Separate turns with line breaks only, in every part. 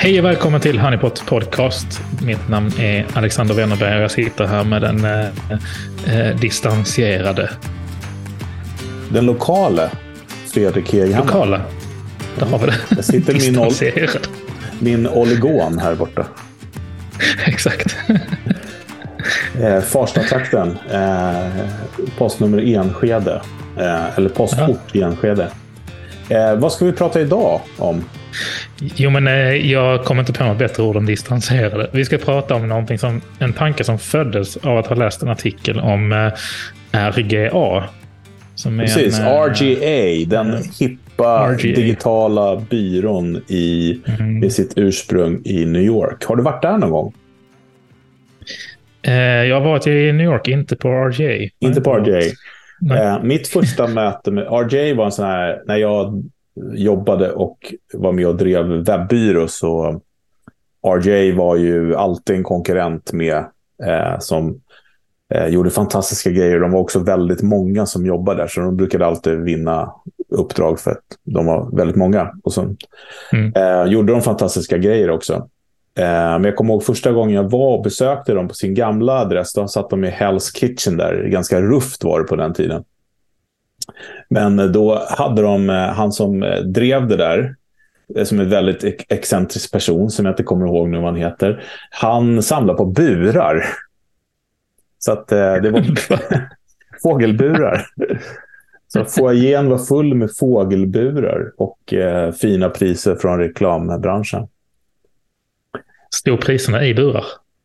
Hej och välkommen till Honeypot Podcast. Mitt namn är Alexander Wennerberg och jag sitter här med den distanserade.
Den lokala Fredrik Heghammar.
Lokala, där har vi det.
Jag sitter min oligon här borta.
Exakt.
Farstatrakten. Postnummer Enskede. Eller postort Enskede. Vad ska vi prata idag om?
Jo, men jag kommer inte på något bättre ord än distanserade. Vi ska prata om någonting som en tanke som föddes av att ha läst en artikel om RGA. Som är
precis, RGA, den hippa digitala byrån med sitt ursprung i New York. Har du varit där någon gång?
Jag har varit i New York, inte på RGA.
Inte på RGA. Mitt första möte med RGA var en sån här, när jag jobbade och var med och drev webbyrå, så RGA var ju alltid en konkurrent med som gjorde fantastiska grejer. De var också väldigt många som jobbade där, så de brukade alltid vinna uppdrag för att de var väldigt många. Och så gjorde de fantastiska grejer också. Men jag kommer ihåg första gången jag var och besökte dem på sin gamla adress. Då satt de i Hell's Kitchen där. Ganska rufft var det på den tiden. Men då hade de han som drev det där, som är en väldigt excentrisk person som jag inte kommer ihåg nu vad han heter. Han samlade på burar. Så att det var fågelburar. Så foajén var full med fågelburar och fina priser från reklambranschen.
Stod priserna i burar?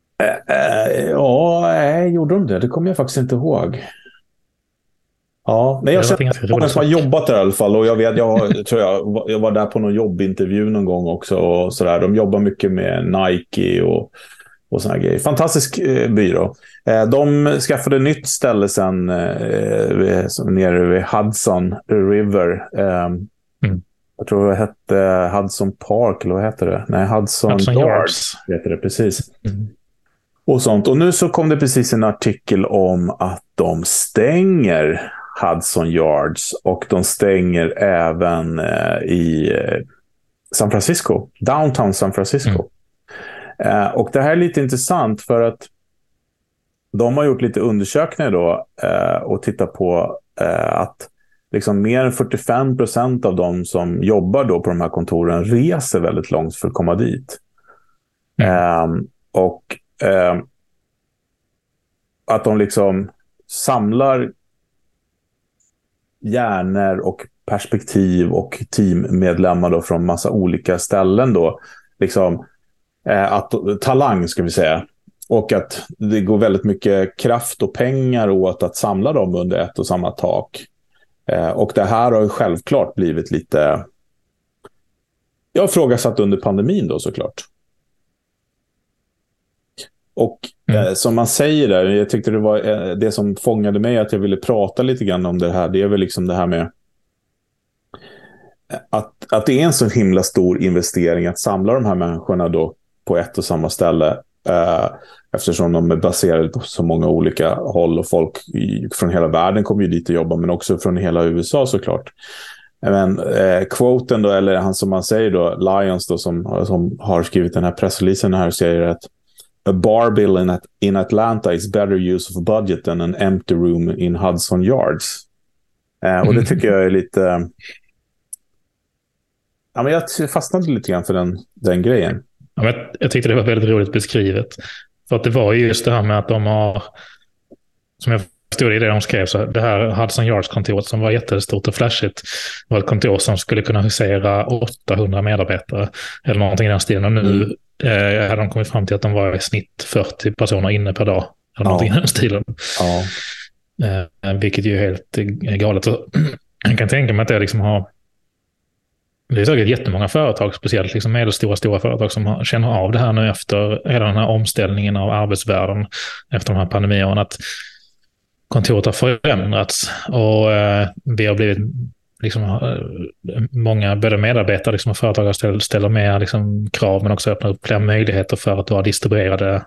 Ja, gjorde de det? Det kommer jag faktiskt inte ihåg. Ja, men jag känner många som har jobbat där i alla fall. Och jag vet, jag var där på någon jobbintervju någon gång också. Och sådär. De jobbar mycket med Nike och såna grejer. Fantastisk byrå. De skaffade nytt ställe sen nere vid Hudson River. Jag tror det hette Hudson Park, eller vad heter det? Nej, Hudson Yards heter det, precis. Och sånt. Och nu så kom det precis en artikel om att de stänger Hudson Yards och de stänger även i San Francisco, downtown San Francisco. Och det här är lite intressant för att de har gjort lite undersökningar då och tittat på att liksom mer än 45% av de som jobbar då på de här kontoren reser väldigt långt för att komma dit. Och att de liksom samlar hjärnor och perspektiv och teammedlemmar då från massa olika ställen då. Liksom, talang ska vi säga. Och att det går väldigt mycket kraft och pengar åt att samla dem under ett och samma tak. Och det här har ju självklart blivit lite... Jag har ifrågasatt under pandemin då såklart. Och som man säger där, jag tyckte det var det som fångade mig att jag ville prata lite grann om det här. Det är väl liksom det här med att det är en så himla stor investering att samla de här människorna då på ett och samma ställe. Eftersom de är baserade på så många olika håll och folk från hela världen kommer ju dit och jobba, men också från hela USA såklart. Men quoten då, eller han som man säger då, Lyons då, som har skrivit den här pressreleasen här, säger att a bar bill in Atlanta is better use of a budget than an empty room in Hudson Yards. Och det tycker jag är lite... Ja, men jag fastnade lite grann för den grejen.
Ja, men jag tyckte det var väldigt roligt beskrivet. För att det var ju just det här med att de har, som jag förstod i det de skrev, så det här Hudson Yards-kontoret som var jättestort och flashigt var ett kontor som skulle kunna husera 800 medarbetare eller någonting i den stilen. Och nu hade de kommit fram till att de var i snitt 40 personer inne per dag eller någonting i den stilen. Vilket ju är helt galet. Och jag kan tänka mig att det liksom har... Det är säkert jättemånga företag, speciellt liksom medelstora företag som känner av det här nu efter hela den här omställningen av arbetsvärlden efter de här pandemierna, att kontoret har förändrats och vi har blivit liksom, många både medarbetare liksom, och företag ställer mer liksom, krav, men också öppnar upp fler möjligheter för att vara distribuerade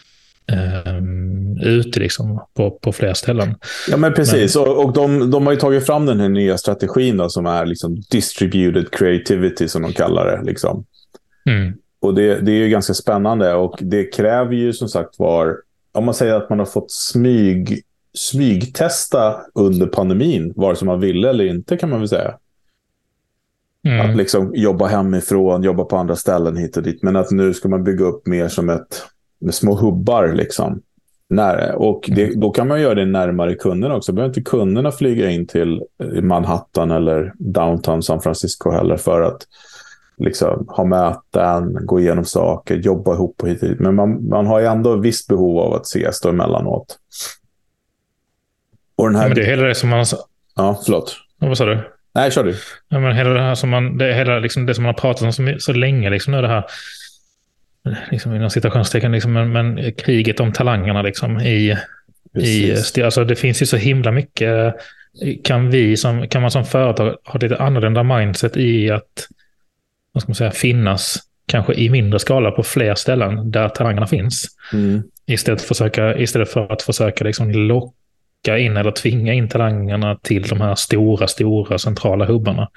ute liksom, på fler ställen.
Ja, men precis. Och de har ju tagit fram den här nya strategin då, som är liksom distributed creativity som de kallar det. Liksom. Och det är ju ganska spännande, och det kräver ju som sagt om man säger att man har fått smygtesta under pandemin, vare sig man ville eller inte, kan man väl säga. Att liksom jobba hemifrån, jobba på andra ställen hit och dit. Men att nu ska man bygga upp mer som med små hubbar liksom. Och då kan man göra det närmare kunderna också. Behöver inte kunderna flyga in till Manhattan eller downtown San Francisco heller för att liksom ha möten, gå igenom saker, jobba ihop och hit och dit. Men man har ju ändå ett visst behov av att ses då emellanåt. Och den här...
men det är hela det som man...
Ja, förlåt.
Vad sa du?
Nej, kör du.
Ja, men hela det här som man... Hela liksom det som man har pratat om så länge, liksom nu det här... Liksom inom citationstecken, liksom, men kriget om talangerna liksom alltså det finns ju så himla mycket. Kan man som företag ha lite annorlunda mindset i att, vad ska man säga, finnas kanske i mindre skala på fler ställen där talangerna finns, istället för att försöka liksom locka in eller tvinga in talangerna till de här stora centrala hubbarna.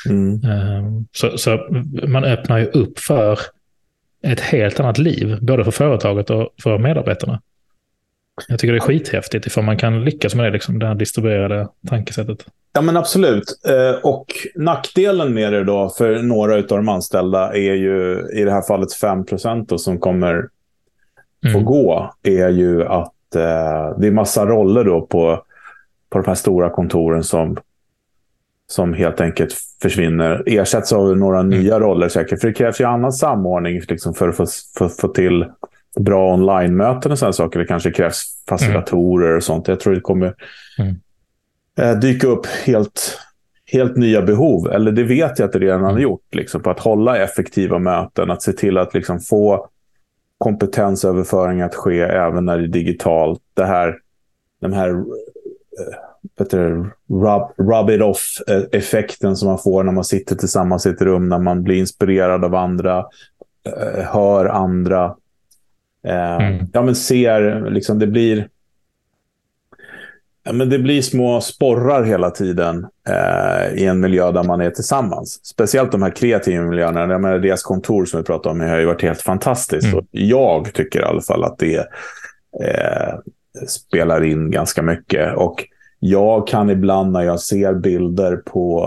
Så man öppnar ju upp för ett helt annat liv, både för företaget och för medarbetarna. Jag tycker det är skithäftigt ifall man kan lyckas med det, liksom, det här distribuerade tankesättet. Ja, men absolut.
Och nackdelen med det då för några av de anställda är ju, i det här fallet 5% då, som kommer få gå, är ju att det är massa roller då på de här stora kontoren som helt enkelt försvinner. Ersätts av några nya roller säkert. För det krävs ju annan samordning liksom, för att få till bra online-möten och sådana saker. Det kanske krävs facilitatorer och sånt. Jag tror det kommer dyka upp helt nya behov. Eller det vet jag att det redan har gjort. Liksom, på att hålla effektiva möten. Att se till att liksom, få kompetensöverföring att ske även när det är digitalt. De här rub it off-effekten som man får när man sitter tillsammans i ett rum, när man blir inspirerad av andra, hör andra, ja, men ser liksom, det blir små sporrar hela tiden i en miljö där man är tillsammans. Speciellt de här kreativa miljöerna. Jag menar, deras kontor som vi pratade om har ju varit helt fantastiskt. Och jag tycker i alla fall att det spelar in ganska mycket. Och jag kan ibland, när jag ser bilder på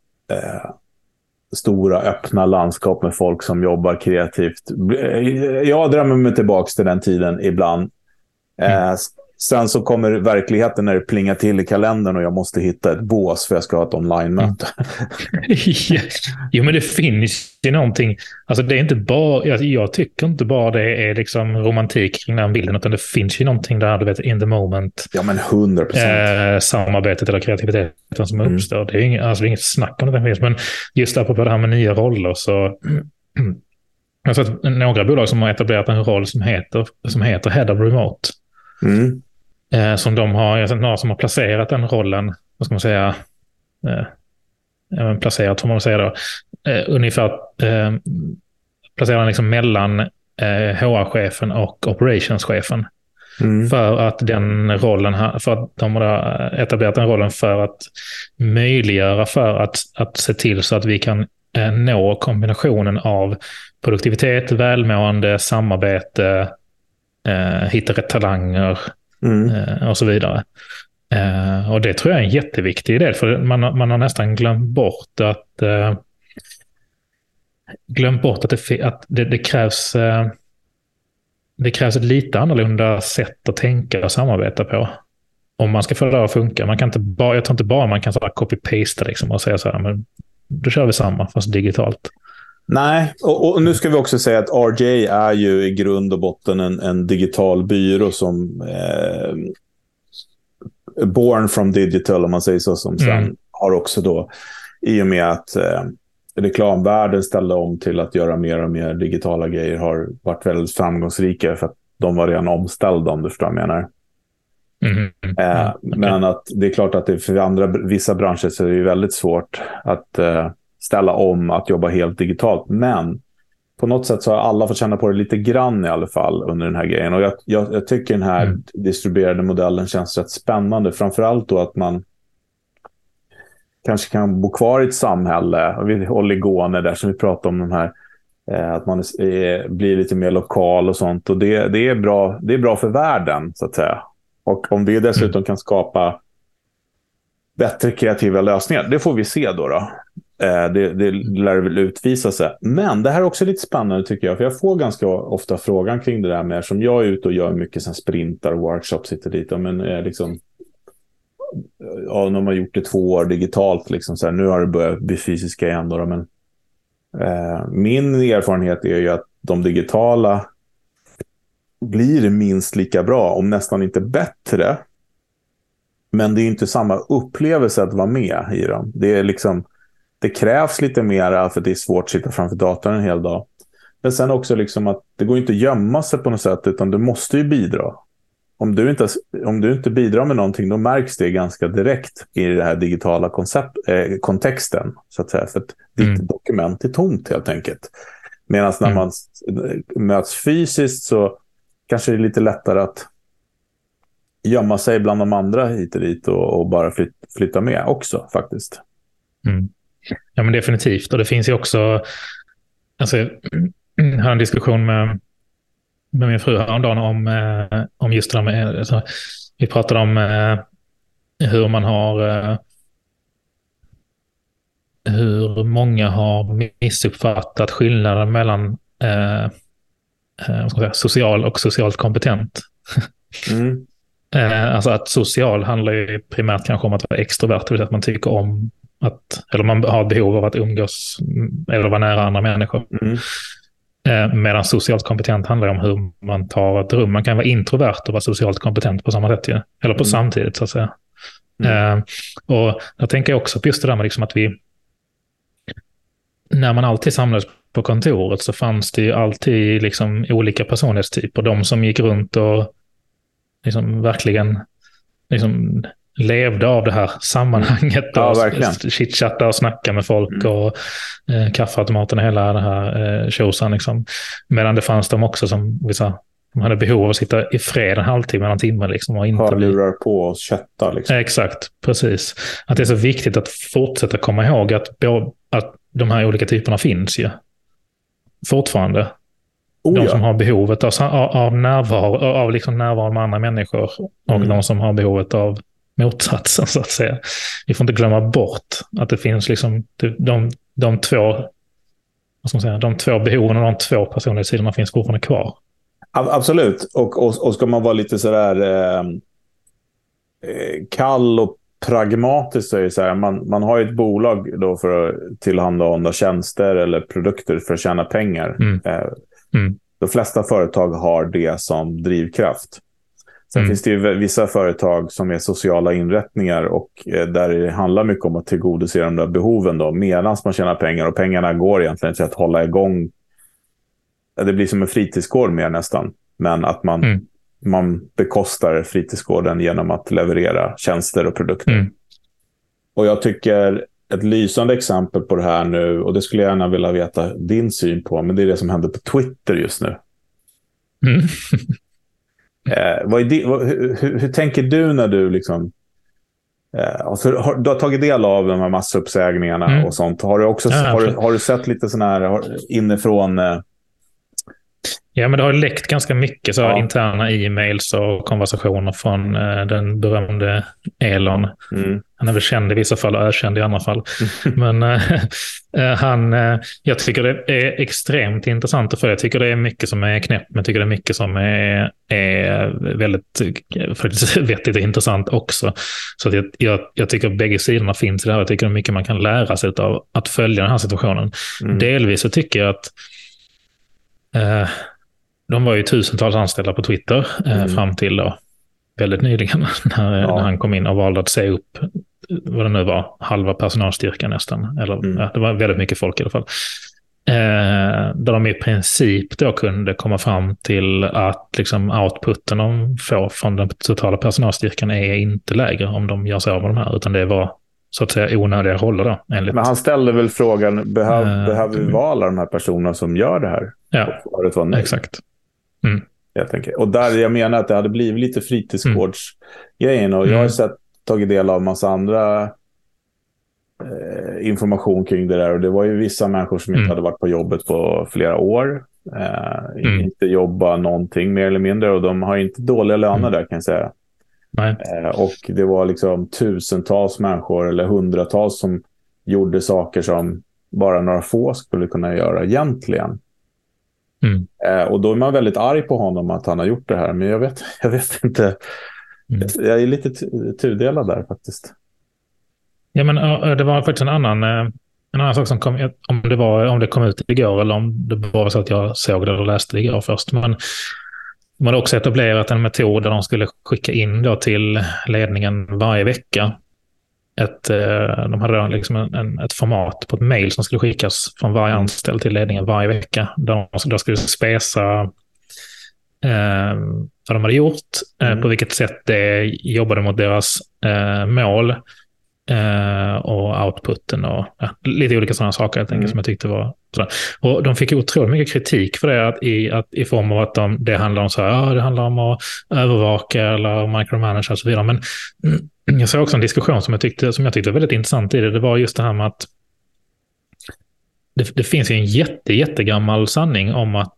stora öppna landskap med folk som jobbar kreativt, jag drömmer mig tillbaka till den tiden ibland. Sen så kommer verkligheten när det plingar till i kalendern och jag måste hitta ett bås för jag ska ha ett online-möte.
Jo, men det finns ju någonting. Alltså det är inte bara, jag tycker inte bara det är liksom romantik kring den bilden, utan det finns ju någonting där, du vet, in the moment.
Ja, men 100%.
Samarbetet eller kreativiteten som uppstår. Det är inget snack om det finns. Men just apropå det här med nya roller, så alltså att några bolag som har etablerat en roll som heter Head of Remote. Som de har, jag sett några som har placerat den rollen, vad ska man säga, placerat, får man säga då, ungefär placerat liksom mellan HR-chefen och operations-chefen. För att den rollen, för att de har etablerat den rollen för att möjliggöra för att se till så att vi kan nå kombinationen av produktivitet, välmående, samarbete, hitta rätt talanger och så vidare. Och det tror jag är en jätteviktig del, för man har nästan glömt bort att det krävs ett lite annorlunda sätt att tänka och samarbeta på om man ska få det att funka. Man kan inte bara, jag tror inte bara man kan så copy-pasta liksom och säga så här, men då kör vi samma fast digitalt.
Nej, och nu ska vi också säga att RJ är ju i grund och botten en digital byrå som born from digital, om man säger så, som sen har också då, i och med att reklamvärlden ställde om till att göra mer och mer digitala grejer, har varit väldigt framgångsrika för att de var redan omställda, om du förstår vad jag menar. Men att det är klart att det för vissa branscher så är det väldigt svårt att ställa om att jobba helt digitalt, men på något sätt så har alla fått känna på det lite grann i alla fall under den här grejen, och jag tycker den här distribuerade modellen känns rätt spännande, framförallt då att man kanske kan bo kvar i ett samhälle, och vi håller igående där som vi pratar om, de här Att man blir lite mer lokal och sånt. Och det är bra för världen, så att säga. Och om det dessutom kan skapa bättre kreativa lösningar, det får vi se då. Det lär väl utvisa sig. Men det här är också lite spännande, tycker jag. För jag får ganska ofta frågan kring det där med, som jag är ute och gör mycket som sprintar, workshops sitter dit. Men liksom, ja, de har gjort det 2 år digitalt. Liksom, så här, nu har det börjat bli fysiska igen då. Men min erfarenhet är ju att de digitala blir minst lika bra, om nästan inte bättre. Men det är inte samma upplevelse att vara med i dem. Det är liksom, det krävs lite mer, för det är svårt att sitta framför datorn en hel dag. Men sen också liksom att det går inte att gömma sig på något sätt, utan du måste ju bidra. Om du inte bidrar med någonting, då märks det ganska direkt i det här digitala kontexten, så att säga. För att ditt dokument är tomt, helt enkelt. Medan när man möts fysiskt, så kanske det är lite lättare att gömma sig bland de andra hit och dit och bara flytta med också, faktiskt.
Ja, men definitivt. Och det finns ju också, alltså, jag har en diskussion med min fru häromdagen om just det där med, alltså, vi pratade om hur man har hur många har missuppfattat skillnaden mellan vad ska jag säga, social och socialt kompetent. Alltså att social handlar ju primärt kanske om att vara extrovert, det vill säga att man tycker om eller man har behov av att umgås eller vara nära andra människor. Medan socialt kompetent handlar om hur man tar ett rum. Man kan vara introvert och vara socialt kompetent på samma sätt, ja. Eller på samtidigt, så att säga. Och jag tänker också på just det där med liksom att när man alltid samlades på kontoret, så fanns det ju alltid liksom olika personlighetstyper. De som gick runt och liksom verkligen liksom levde av det här sammanhanget, och chitchatta och snacka med folk och kaffeautomaten och hela den här tjosan liksom. Medan det fanns de också som de hade behov av att sitta i fred en halvtimme eller en timme liksom, och inte
lurar på och chatta liksom.
Exakt, precis. Att det är så viktigt att fortsätta komma ihåg att de här olika typerna finns ju fortfarande. De som har behovet av närvaro, av liksom närvaro med andra människor, och de som har behovet av motsatsen, så att säga. Vi får inte glömma bort att det finns liksom de två, vad ska man säga, de två behoven och de två personlighetsidorna finns fortfarande kvar.
Absolut. Och ska man vara lite sådär kall och pragmatisk, så är det så här, man har ju ett bolag då för att tillhandahålla tjänster eller produkter för att tjäna pengar. De flesta företag har det som drivkraft. Sen finns det ju vissa företag som är sociala inrättningar, och där det handlar mycket om att tillgodose de där behoven då, medan man tjänar pengar, och pengarna går egentligen till att hålla igång. Det blir som en fritidsgård mer nästan, men att man bekostar fritidsgården genom att leverera tjänster och produkter. Och jag tycker ett lysande exempel på det här nu, och det skulle jag gärna vilja veta din syn på, men det är det som händer på Twitter just nu. Hur tänker du när du liksom du har tagit del av de här massuppsägningarna och sånt? Har du också har du sett lite sån här inifrån?
Ja, men det har läckt ganska mycket interna e-mails och konversationer från den berömde Elon. Han är väl känd i vissa fall och ökänd i andra fall. Men jag tycker det är extremt intressant att följa. Jag tycker det är mycket som är knäppt, men jag tycker det är mycket som är väldigt faktiskt vettigt och intressant också. Så att jag tycker bägge sidorna finns i det här. Jag tycker det är mycket man kan lära sig av att följa den här situationen. Delvis så tycker jag att de var ju tusentals anställda på Twitter fram till då, väldigt nyligen när han kom in och valde att se upp vad det nu var, halva personalstyrkan nästan. Eller, det var väldigt mycket folk i alla fall. Där de i princip då kunde komma fram till att liksom outputen de får från den totala personalstyrkan är inte lägre om de gör sig av med de här, utan det var så att säga onödiga roller då. Men
han ställde väl frågan, behöver vi vara alla de här personerna som gör det här?
Ja, exakt.
Jag tänker. Och där jag menar att det hade blivit lite fritidsgårdsgrejen, och jag har tagit del av massa andra information kring det där. Och det var ju vissa människor som inte hade varit på jobbet på flera år. Inte jobba någonting mer eller mindre. Och de har inte dåliga löner där, kan jag säga.
Nej.
Och det var liksom tusentals människor eller hundratals som gjorde saker som bara några få skulle kunna göra egentligen. Och då är man väldigt arg på honom att han har gjort det här. Men jag vet inte. Jag är lite tudelad där faktiskt.
Ja, men det var faktiskt en annan sak som kom, om det kom ut igår eller om det var så att jag såg det och läste det igår först. Men de hade också etablerat en metod där de skulle skicka in då till ledningen varje vecka. De hade liksom ett format på ett mejl som skulle skickas från varje anställd till ledningen varje vecka. Där skulle spesa vad de hade gjort, på vilket sätt det jobbade mot deras mål och outputen och lite olika sådana saker helt enkelt som jag tyckte var sådär. Och de fick otroligt mycket kritik för det i form av att det handlar om så här, det handlar om att övervaka eller micromanage och så vidare. Men jag såg också en diskussion som jag tyckte var väldigt intressant i det. Det var just det här med att det finns ju en jättegammal sanning om att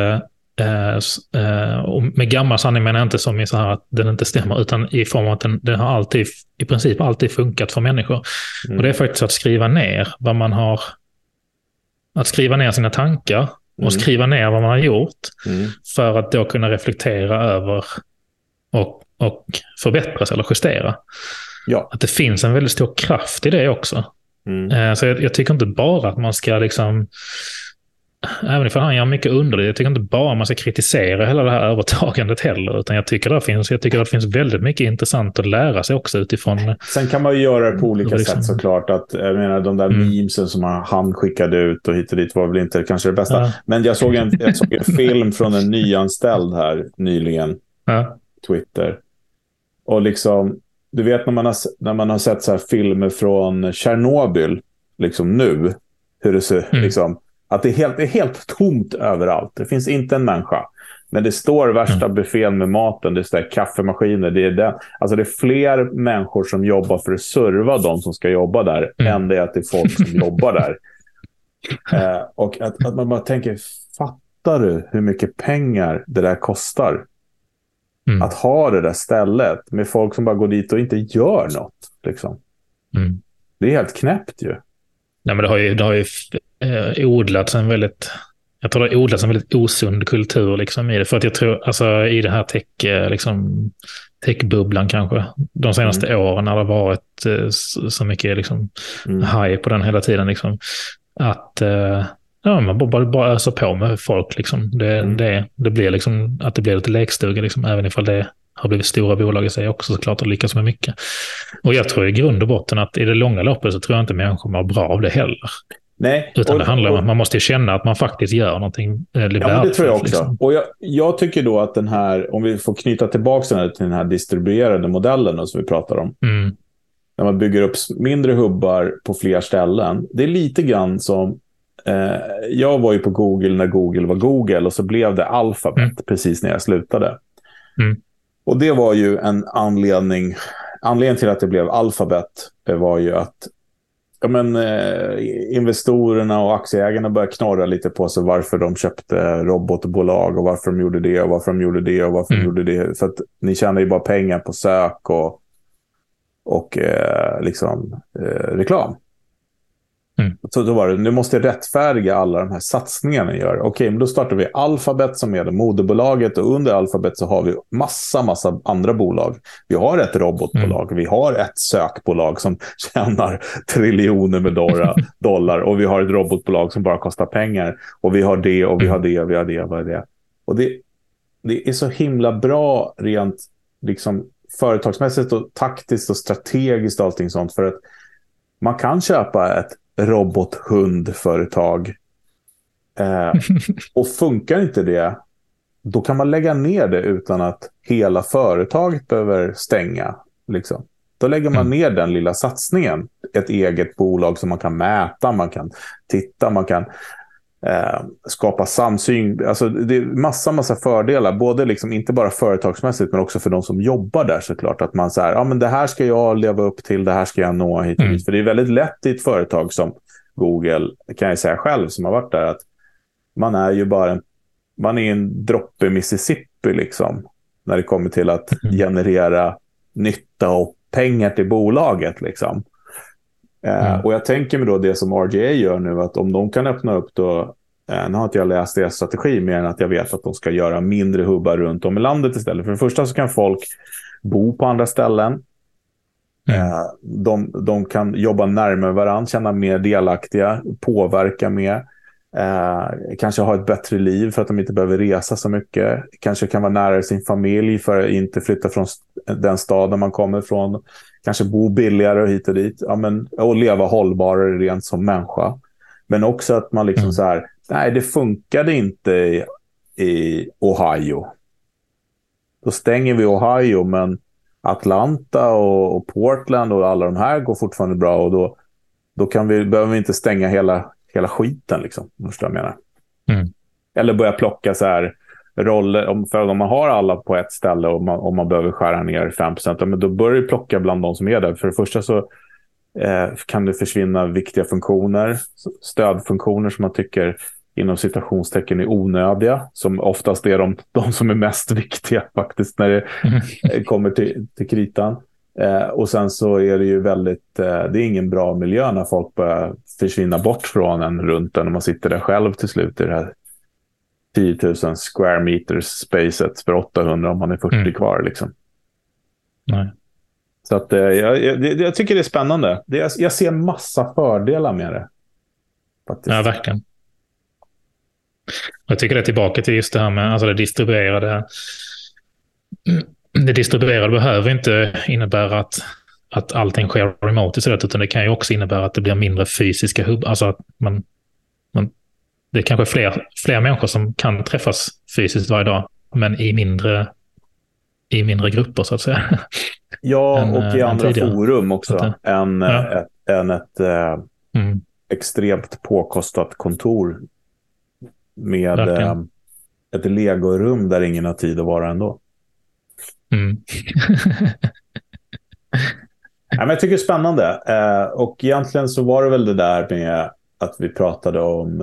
och med gammal sanning menar jag inte som i så här att den inte stämmer, utan i form av att den har i princip alltid funkat för människor. Och det är faktiskt att skriva ner vad man har, att skriva ner sina tankar och skriva ner vad man har gjort för att då kunna reflektera över och förbättra sig eller justera.
Ja. Att
det finns en väldigt stor kraft i det också. Så jag tycker inte bara att man ska liksom, även ifall han gör mycket under det, jag tycker inte bara man ska kritisera hela det här övertagandet heller, utan jag tycker att det finns väldigt mycket intressant att lära sig också utifrån.
Sen kan man ju göra det på olika sätt såklart. Att, jag menar, de där memesen som han skickade ut och hit och dit var väl inte kanske det bästa. Men jag såg en film från en nyanställd här nyligen. Twitter. Och liksom, du vet när man har sett så här filmer från Tjernobyl liksom nu, hur det ser liksom, att det är helt tomt överallt. Det finns inte en människa. Men det står värsta buffén med maten. Det står kaffemaskiner. Alltså det är fler människor som jobbar för att serva de som ska jobba där än det är att det är folk som jobbar där. Och att man bara tänker, fattar du hur mycket pengar det där kostar? Att ha det där stället med folk som bara går dit och inte gör något. Liksom. Det är helt knäppt ju.
Nej, men det har ju odlats en väldigt osund kultur liksom i det. För att jag tror, alltså i det här techbubblan kanske, de senaste åren när det varit så mycket liksom high på den hela tiden liksom, att man bara öser på med folk liksom. Det blir liksom att det blir lite lekstuga liksom, även ifall det har blivit stora bolag i sig också, såklart, och lyckas med mycket. Och jag tror i grund och botten att i det långa loppet så tror jag inte människor mår bra av det heller.
Nej.
Utan det handlar om att man måste känna att man faktiskt gör någonting.
Ja, men det tror jag också. Liksom. Och jag tycker då att den här, om vi får knyta tillbaka till den här distribuerade modellen som vi pratar om. När man bygger upp mindre hubbar på fler ställen. Det är lite grann som jag var ju på Google när Google var Google, och så blev det Alphabet precis när jag slutade. Och det var ju en anledning till att det blev Alphabet var ju att investorerna och aktieägarna började knorra lite på sig varför de köpte robotbolag och varför de gjorde det och varför de gjorde det och varför de gjorde det. För att ni tjänar ju bara pengar på sök och reklam. Så då var det, nu måste jag rättfärdiga alla de här satsningarna ni gör. Okej, men då startar vi Alphabet som är det moderbolaget, och under Alphabet så har vi massa andra bolag. Vi har ett robotbolag, vi har ett sökbolag som tjänar triljoner med dollar, och vi har ett robotbolag som bara kostar pengar, och vi har det och vi har det och vi har det och vi har det. Och det är så himla bra rent liksom företagsmässigt och taktiskt och strategiskt och allting sånt, för att man kan köpa ett robothundföretag och funkar inte det, då kan man lägga ner det utan att hela företaget behöver stänga liksom. Då lägger man ner den lilla satsningen, ett eget bolag som man kan mäta, man kan titta, man kan skapa samsyn. Alltså det är massa fördelar, både liksom inte bara företagsmässigt men också för de som jobbar där, såklart, att man säger, ja men det här ska jag leva upp till, det här ska jag nå hit och dit. För det är väldigt lätt i ett företag som Google, kan jag säga själv som har varit där, att man är ju bara man är en droppe i Mississippi liksom, när det kommer till att generera nytta och pengar till bolaget liksom. Och jag tänker mig då det som RGA gör nu, att om de kan öppna upp då, nu har inte jag läst deras strategi mer än att jag vet att de ska göra mindre hubbar runt om i landet istället. För det första så kan folk bo på andra ställen. De kan jobba närmare varandra, känna mer delaktiga, påverka mer. Kanske ha ett bättre liv för att de inte behöver resa så mycket. Kanske kan vara nära sin familj för att inte flytta från den staden man kommer ifrån. Kanske bo billigare och hit och dit. Ja, och leva hållbarare rent som människa. Men också att man liksom så här, nej, det funkade inte i Ohio. Då stänger vi Ohio, men Atlanta och Portland och alla de här går fortfarande bra, och då behöver vi inte stänga hela skiten liksom, förstår jag menar. Eller börja plocka så här roller, för om man har alla på ett ställe och om man behöver skära ner 5%, men då börjar du plocka bland de som är där. För det första så kan det försvinna viktiga funktioner, stödfunktioner som man tycker inom citationstecken är onödiga, som oftast är de som är mest viktiga faktiskt när det kommer till kritan. Och sen så är det ju väldigt, det är ingen bra miljö när folk börjar försvinna bort från en runt en och man sitter där själv till slut i det här 10 000 square meters spacet för 800 om man är 40 kvar liksom.
Nej.
Så att jag tycker det är spännande. Jag ser massa fördelar med det faktiskt.
Ja, verkligen. Jag tycker det är tillbaka till just det här med alltså det distribuerade. Det distribuerade behöver inte innebära att allting sker remote istället, utan det kan ju också innebära att det blir mindre fysiska hubb. Alltså att det är kanske fler människor som kan träffas fysiskt varje dag, men i mindre grupper så att säga.
Ja, och i andra forum också än ett extremt påkostat kontor med ett legorum där ingen har tid att vara ändå. Ja, men jag tycker det är spännande. Och egentligen så var det väl det där med att vi pratade om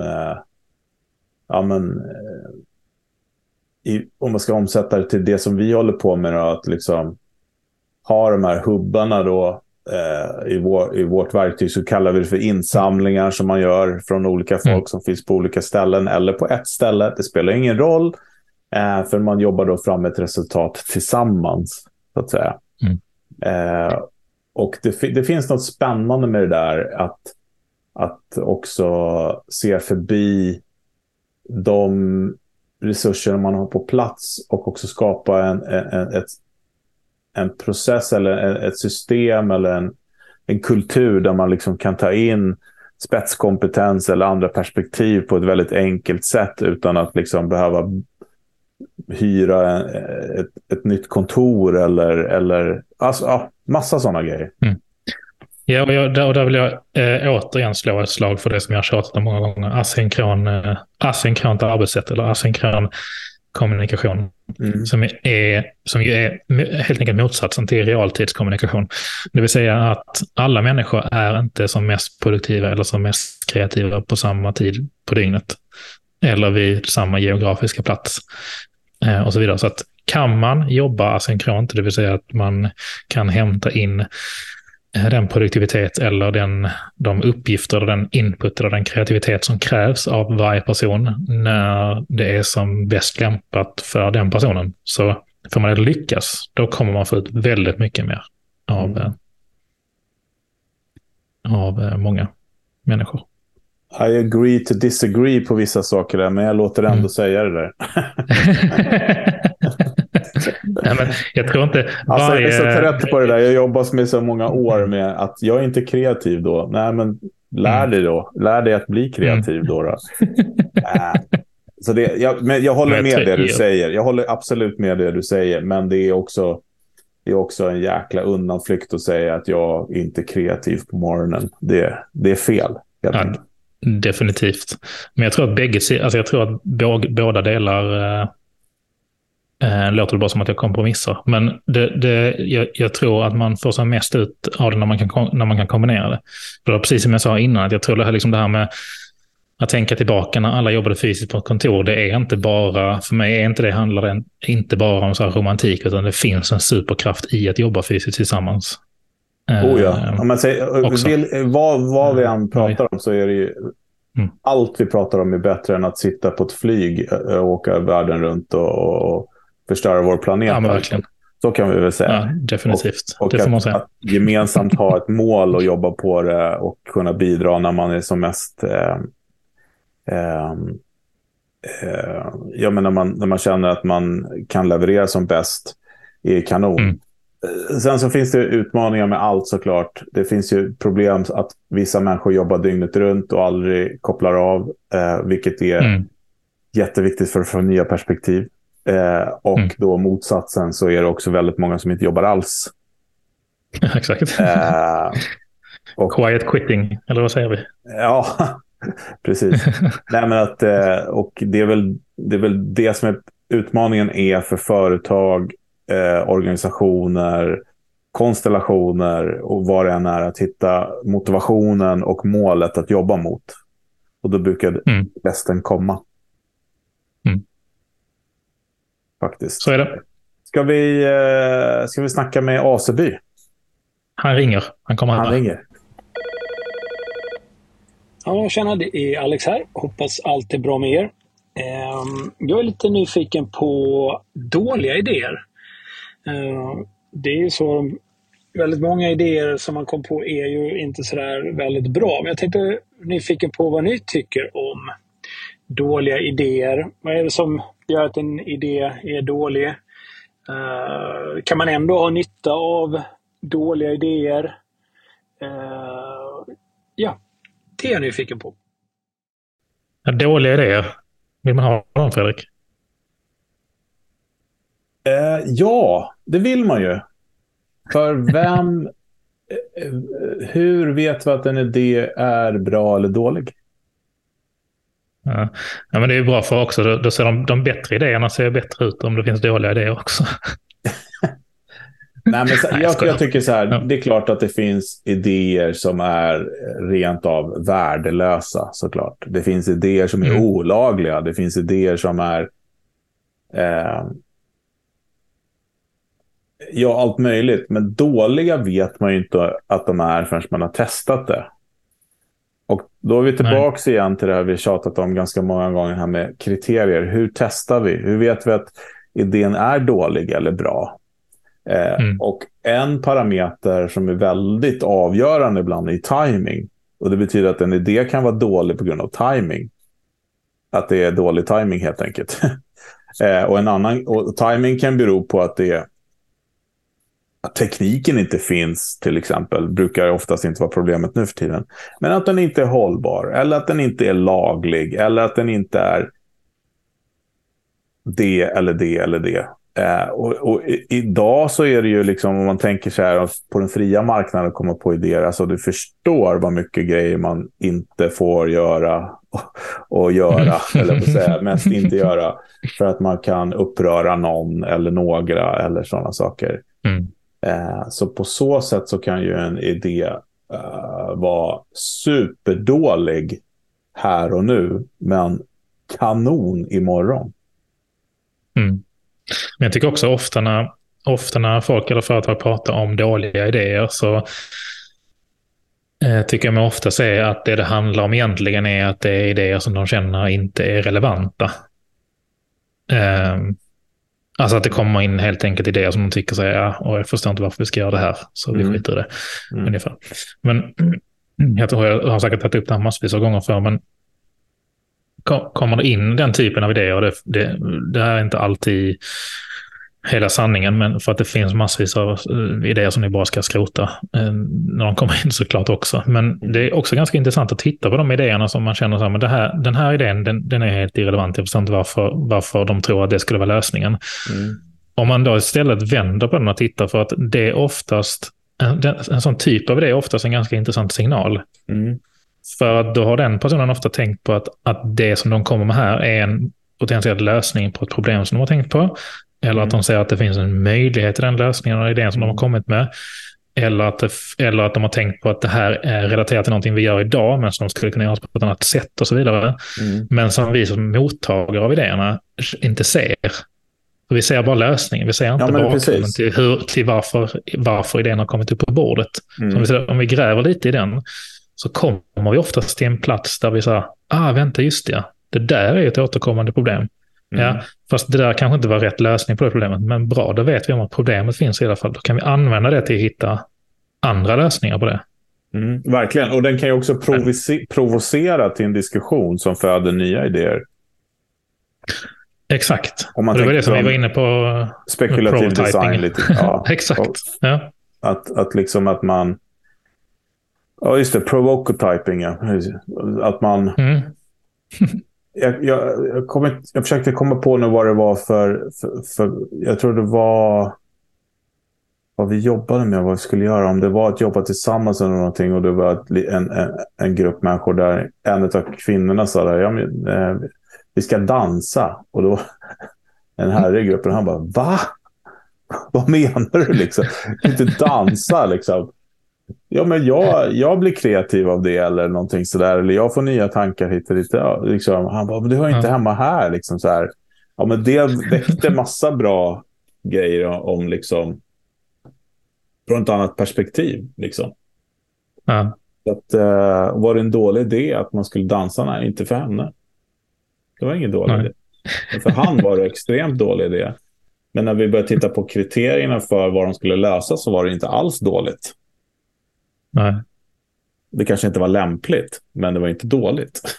om man ska omsätta det till det som vi håller på med då, att liksom ha de här hubbarna då i vårt verktyg, så kallar vi det för insamlingar som man gör från olika folk som finns på olika ställen eller på ett ställe. Det spelar ingen roll, för man jobbar då fram ett resultat tillsammans så att säga. Och det finns något spännande med det där, att också se förbi de resurser man har på plats och också skapa en process eller ett system eller en kultur där man liksom kan ta in spetskompetens eller andra perspektiv på ett väldigt enkelt sätt utan att liksom behöva hyra ett nytt kontor eller alltså, massa sådana grejer.
Ja, och där vill jag återigen slå ett slag för det som jag har tjatat om många gånger. Asynkront arbetssätt eller asynkron kommunikation. Som ju är helt enkelt motsatsen till realtidskommunikation. Det vill säga att alla människor är inte som mest produktiva eller som mest kreativa på samma tid på dygnet. Eller vid samma geografiska plats. Och så vidare. Så att kan man jobba asynkront, det vill säga att man kan hämta in den produktivitet eller de uppgifter eller den input eller den kreativitet som krävs av varje person när det är som bäst lämpat för den personen, så får man lyckas, då kommer man få ut väldigt mycket mer av många människor.
I agree to disagree på vissa saker där, men jag låter ändå säga det där.
Nej, men jag tror inte
alltså, jag är så trött på det där. Jag jobbar med så många år med att jag är inte kreativ då. Nej, men lär dig då. Lär dig att bli kreativ då. Så men jag håller med det du säger. Jag håller absolut med det du säger, men det är också en jäkla undanflykt att säga att jag inte är kreativ på morgonen. Det är fel.
definitivt. Men jag tror att jag tror att båda delar låter det bara som att jag kompromissar. Men jag tror att man får så mest ut av det när man kan kombinera det. För det var precis som jag sa innan, att jag tror det här med att tänka tillbaka när alla jobbade fysiskt på ett kontor, det är inte bara, för mig handlar det inte bara om så här romantik, utan det finns en superkraft i att jobba fysiskt tillsammans.
Om man säger, vad vi än pratar om, så är det ju allt vi pratar om är bättre än att sitta på ett flyg och åka världen runt och förstöra vår planet.
Ja, men verkligen.
Så kan vi väl säga.
Ja, definitivt.
Och det får man säga. Att gemensamt ha ett mål och jobba på det och kunna bidra när man är som mest när man känner att man kan leverera som bäst är kanon. Sen så finns det utmaningar med allt, såklart. Det finns ju problem att vissa människor jobbar dygnet runt och aldrig kopplar av, vilket är jätteviktigt för att få nya perspektiv. Och då motsatsen, så är det också väldigt många som inte jobbar alls.
Exakt. Quiet quitting, eller vad säger vi?
Ja, precis. Nej, men och det är väl det som är utmaningen är för företag, organisationer, konstellationer och vad det än är, att hitta motivationen och målet att jobba mot. Och då brukar resten komma. Faktiskt.
Så är det.
Ska vi snacka med Aseby?
Han ringer. Han
ringer.
Ja, tjena, det är Alex här. Hoppas allt är bra med er. Jag är lite nyfiken på dåliga idéer. Det är ju så, väldigt många idéer som man kom på är ju inte sådär väldigt bra. Men jag tänkte nyfiken på vad ni tycker om dåliga idéer. Vad är det som gör att en idé är dålig? Kan man ändå ha nytta av dåliga idéer? Ja, det är jag nyfiken på.
Ja, dåliga idéer. Vill man ha dem, Fredrik?
Ja, det vill man ju. För hur vet vi att en idé är bra eller dålig?
Ja, men det är ju bra för också. Då ser de bättre idéerna ser bättre ut om det finns dåliga idéer också.
Nej, men jag tycker så här, det är klart att det finns idéer som är rent av värdelösa, såklart. Det finns idéer som är olagliga. Det finns idéer som är allt möjligt. Men dåliga vet man ju inte att de är förrän man har testat det. Och då är vi tillbaka igen till det här vi tjatat om ganska många gånger här med kriterier. Hur testar vi? Hur vet vi att idén är dålig eller bra? Och en parameter som är väldigt avgörande ibland är timing. Och det betyder att en idé kan vara dålig på grund av timing. Att det är dålig timing helt enkelt. Och timing kan bero på att att tekniken inte finns, till exempel, brukar oftast inte vara problemet nu för tiden. Men att den inte är hållbar, eller att den inte är laglig, eller att den inte är det eller det eller det. Och idag så är det ju liksom, om man tänker så här på den fria marknaden att komma på idéer, alltså du förstår vad mycket grejer man inte får göra och göra, eller på säga, mest inte göra, för att man kan uppröra någon eller några eller sådana saker. Så på så sätt så kan ju en idé vara superdålig här och nu, men kanon imorgon.
Men jag tycker också ofta när folk eller företag pratar om dåliga idéer, så tycker jag mig ofta säga att det handlar om egentligen är att det är idéer som de känner inte är relevanta. Alltså att det kommer in helt enkelt idéer som de tycker sig, och jag förstår inte varför vi ska göra det här, så vi skiter i det. Ungefär. Men jag tror jag har säkert tagit upp det här massvis av gånger för, men kommer det in den typen av idéer, och det här är inte alltid hela sanningen, men för att det finns massvis av idéer som ni bara ska skrota när de kommer in, såklart också. Men det är också ganska intressant att titta på de idéerna som man känner så här, men den här idén, den är helt irrelevant. Jag förstår inte varför de tror att det skulle vara lösningen. Om man då istället vänder på den och tittar, för att det är oftast en sån typ av idé är oftast en ganska intressant signal. För att då har den personen ofta tänkt på att det som de kommer med här är en potentiell lösning på ett problem som de har tänkt på. Eller att de säger att det finns en möjlighet till den lösningen och idén som de har kommit med. Eller att de har tänkt på att det här är relaterat till någonting vi gör idag men som skulle kunna göras på ett annat sätt och så vidare. Men som vi som mottagare av idéerna inte ser. För vi ser bara lösningen. Vi ser inte bakgrunden till varför idén har kommit upp på bordet. Så om vi gräver lite i den så kommer vi oftast till en plats där vi säger, vänta just det. Det där är ett återkommande problem. Ja, fast det där kanske inte var rätt lösning på det problemet. Men bra, då vet vi om att problemet finns i alla fall. Då kan vi använda det till att hitta andra lösningar på det.
Verkligen, och den kan ju också provocera till en diskussion som föder nya idéer.
Exakt. Och det var det som vi var inne på.
Spekulativ design lite. Ja.
Exakt. Ja.
Att liksom att man... Ja, just det. Provocotyping, ja. Att man... Jag försökte komma på nu vad det var för jag tror det var vad vi jobbade med, vad vi skulle göra, om det var att jobba tillsammans eller någonting, och det var en grupp människor där en av kvinnorna sa där, vi ska dansa, och då en herre i gruppen, han bara, va? Vad menar du liksom? Inte dansa liksom. Ja, men jag blir kreativ av det eller någonting sådär, eller jag får nya tankar hit och dit. Ja, liksom. Han bara, men det hör inte hemma här liksom så här. Ja, men det väckte massa bra grejer om liksom från ett annat perspektiv liksom.
Ja.
Att, var det en dålig idé att man skulle dansa? Nej, inte för henne. Det var ingen dålig idé. Men för han var det extremt dålig idé. Men när vi började titta på kriterierna för vad de skulle lösa så var det inte alls dåligt.
Nej.
Det kanske inte var lämpligt, men det var inte dåligt.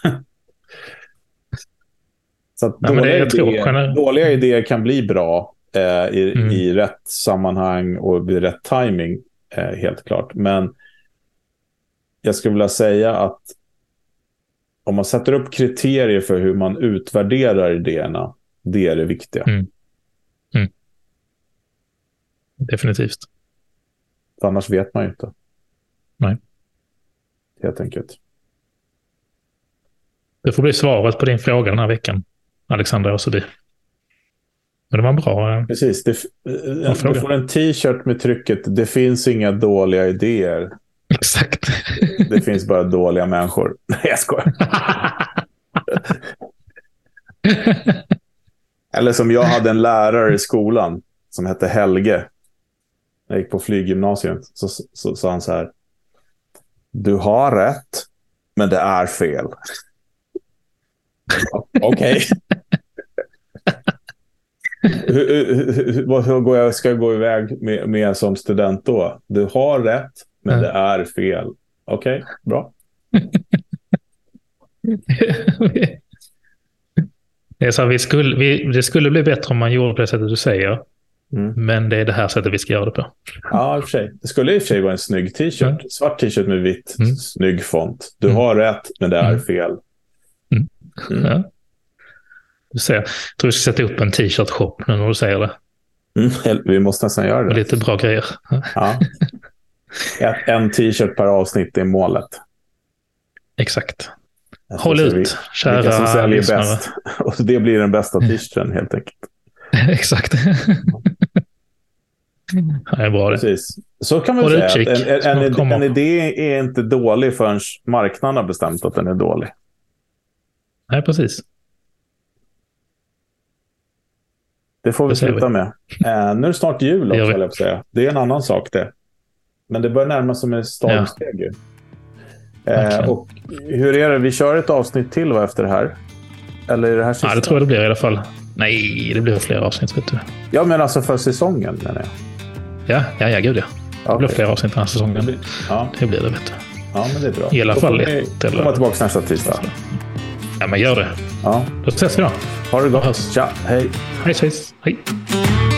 Så att dåliga idéer kan bli bra i rätt sammanhang och vid rätt timing, helt klart. Men jag skulle vilja säga att om man sätter upp kriterier för hur man utvärderar idéerna, det är det viktiga.
Definitivt.
För annars vet man ju inte.
Nej.
Helt enkelt.
Det får bli svaret på din fråga den här veckan, Alexandra Åseby. Men det var bra.
Precis. Du får en t-shirt med trycket, det finns inga dåliga idéer.
Exakt.
Det finns bara dåliga människor. Nej, jag skojar. Eller som jag hade en lärare i skolan som hette Helge. Jag gick på flyggymnasiet. Så sa han så här: du har rätt, men det är fel. Okej. Hur ska jag gå iväg med som student då? Du har rätt, men det är fel. Okej, bra.
Det är så här, det skulle bli bättre om man gjorde på det sättet du säger. Men det är det här sättet vi ska göra det på.
Ja, i och för sig. Det skulle i och för sig vara en snygg t-shirt. Svart t-shirt med vitt, snygg font. Du har rätt, men det är fel.
Ja. Du ser, jag tror du ska sätta upp en t-shirt-shop nu när du säger det.
Vi måste nästan göra det.
Och lite bra grejer.
Ja. En t-shirt per avsnitt är målet.
Exakt. Håll ut, kära
som säljer
lyssnare.
Bäst. Och det blir den bästa t-shirten helt enkelt.
Exakt. Det är bra det.
Precis. Så kan man säga att en idé är inte dålig förrän marknaden har bestämt att den är dålig.
Nej, precis.
Det får vi sluta med. Nu är det snart jul också, jag vill säga. Det är en annan sak det. Men det börjar närma sig med stormsteg. Och hur är det? Vi kör ett avsnitt till efter det här? Eller är det här sista?
Ja, det tror jag det blir i alla fall. Nej, det blir fler avsnitt, vet du.
Ja, men alltså för säsongen, menar jag.
Ja, gud ja. Det blir fler avsnitt den här säsongen. Det blir det, vet du.
Ja, men det är bra.
I alla fall ett.
Eller... komma tillbaka nästa tisdag.
Ja, men gör det.
Ja.
Då ses vi då.
Ha det gott. Tja, hej.
Hej.